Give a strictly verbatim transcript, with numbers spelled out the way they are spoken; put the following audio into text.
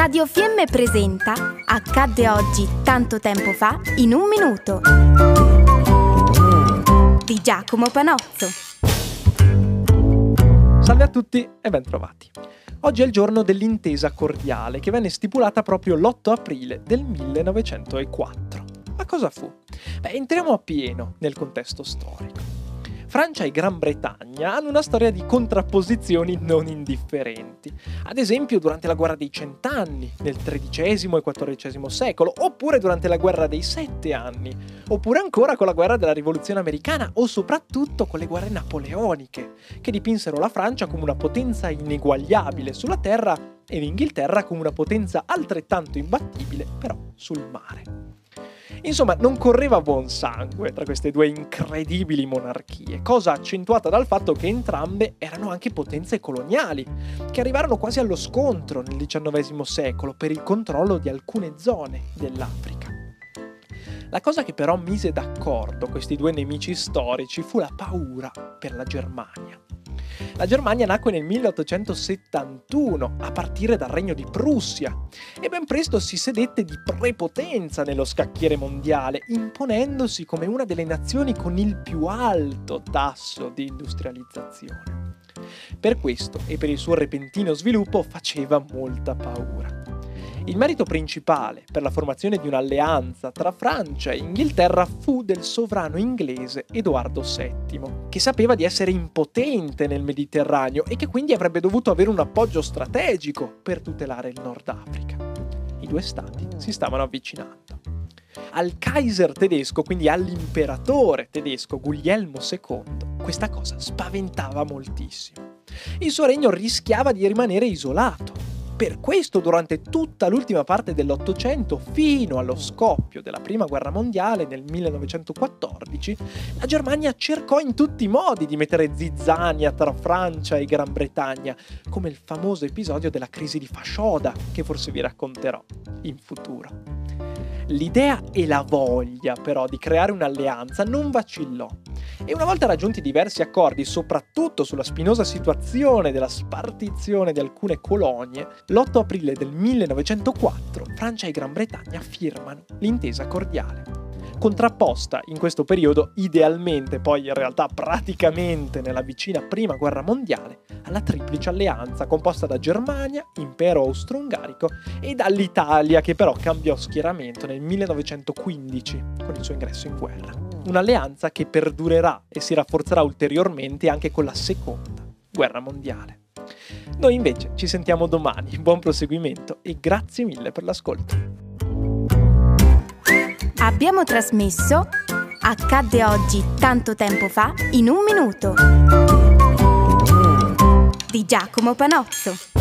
Radio Fiemme presenta Accadde oggi tanto tempo fa in un minuto di Giacomo Panozzo. Salve a tutti e ben trovati. Oggi è il giorno dell'intesa cordiale che venne stipulata proprio l'otto aprile del millenovecentoquattro. Ma cosa fu? Beh, entriamo appieno nel contesto storico. Francia e Gran Bretagna hanno una storia di contrapposizioni non indifferenti. Ad esempio durante la guerra dei cent'anni, nel tredicesimo e quattordicesimo secolo, oppure durante la guerra dei sette anni, oppure ancora con la guerra della rivoluzione americana o soprattutto con le guerre napoleoniche, che dipinsero la Francia come una potenza ineguagliabile sulla terra e l'Inghilterra come una potenza altrettanto imbattibile però sul mare. Insomma, non correva buon sangue tra queste due incredibili monarchie, cosa accentuata dal fatto che entrambe erano anche potenze coloniali, che arrivarono quasi allo scontro nel diciannovesimo secolo per il controllo di alcune zone dell'Africa. La cosa che però mise d'accordo questi due nemici storici fu la paura per la Germania. La Germania nacque nel milleottocentosettantuno a partire dal Regno di Prussia e ben presto si sedette di prepotenza nello scacchiere mondiale, imponendosi come una delle nazioni con il più alto tasso di industrializzazione. Per questo e per il suo repentino sviluppo faceva molta paura. Il merito principale per la formazione di un'alleanza tra Francia e Inghilterra fu del sovrano inglese Edoardo settimo, che sapeva di essere impotente nel Mediterraneo e che quindi avrebbe dovuto avere un appoggio strategico per tutelare il Nord Africa. I due stati si stavano avvicinando. Al Kaiser tedesco, quindi all'imperatore tedesco Guglielmo secondo, questa cosa spaventava moltissimo. Il suo regno rischiava di rimanere isolato. Per questo, durante tutta l'ultima parte dell'Ottocento, fino allo scoppio della Prima Guerra Mondiale nel millenovecentoquattordici, la Germania cercò in tutti i modi di mettere zizzania tra Francia e Gran Bretagna, come il famoso episodio della crisi di Fashoda, che forse vi racconterò in futuro. L'idea e la voglia, però, di creare un'alleanza non vacillò. E una volta raggiunti diversi accordi, soprattutto sulla spinosa situazione della spartizione di alcune colonie, l'otto aprile del millenovecentoquattro Francia e Gran Bretagna firmano l'intesa cordiale. Contrapposta in questo periodo, idealmente, poi in realtà praticamente nella vicina Prima Guerra Mondiale, alla Triplice Alleanza composta da Germania, Impero Austro-Ungarico e dall'Italia, che però cambiò schieramento nel millenovecentoquindici con il suo ingresso in guerra. Un'alleanza che perdurerà e si rafforzerà ulteriormente anche con la Seconda Guerra Mondiale. Noi invece ci sentiamo domani, buon proseguimento e grazie mille per l'ascolto. Abbiamo trasmesso Accadde oggi tanto tempo fa in un minuto di Giacomo Panozzo.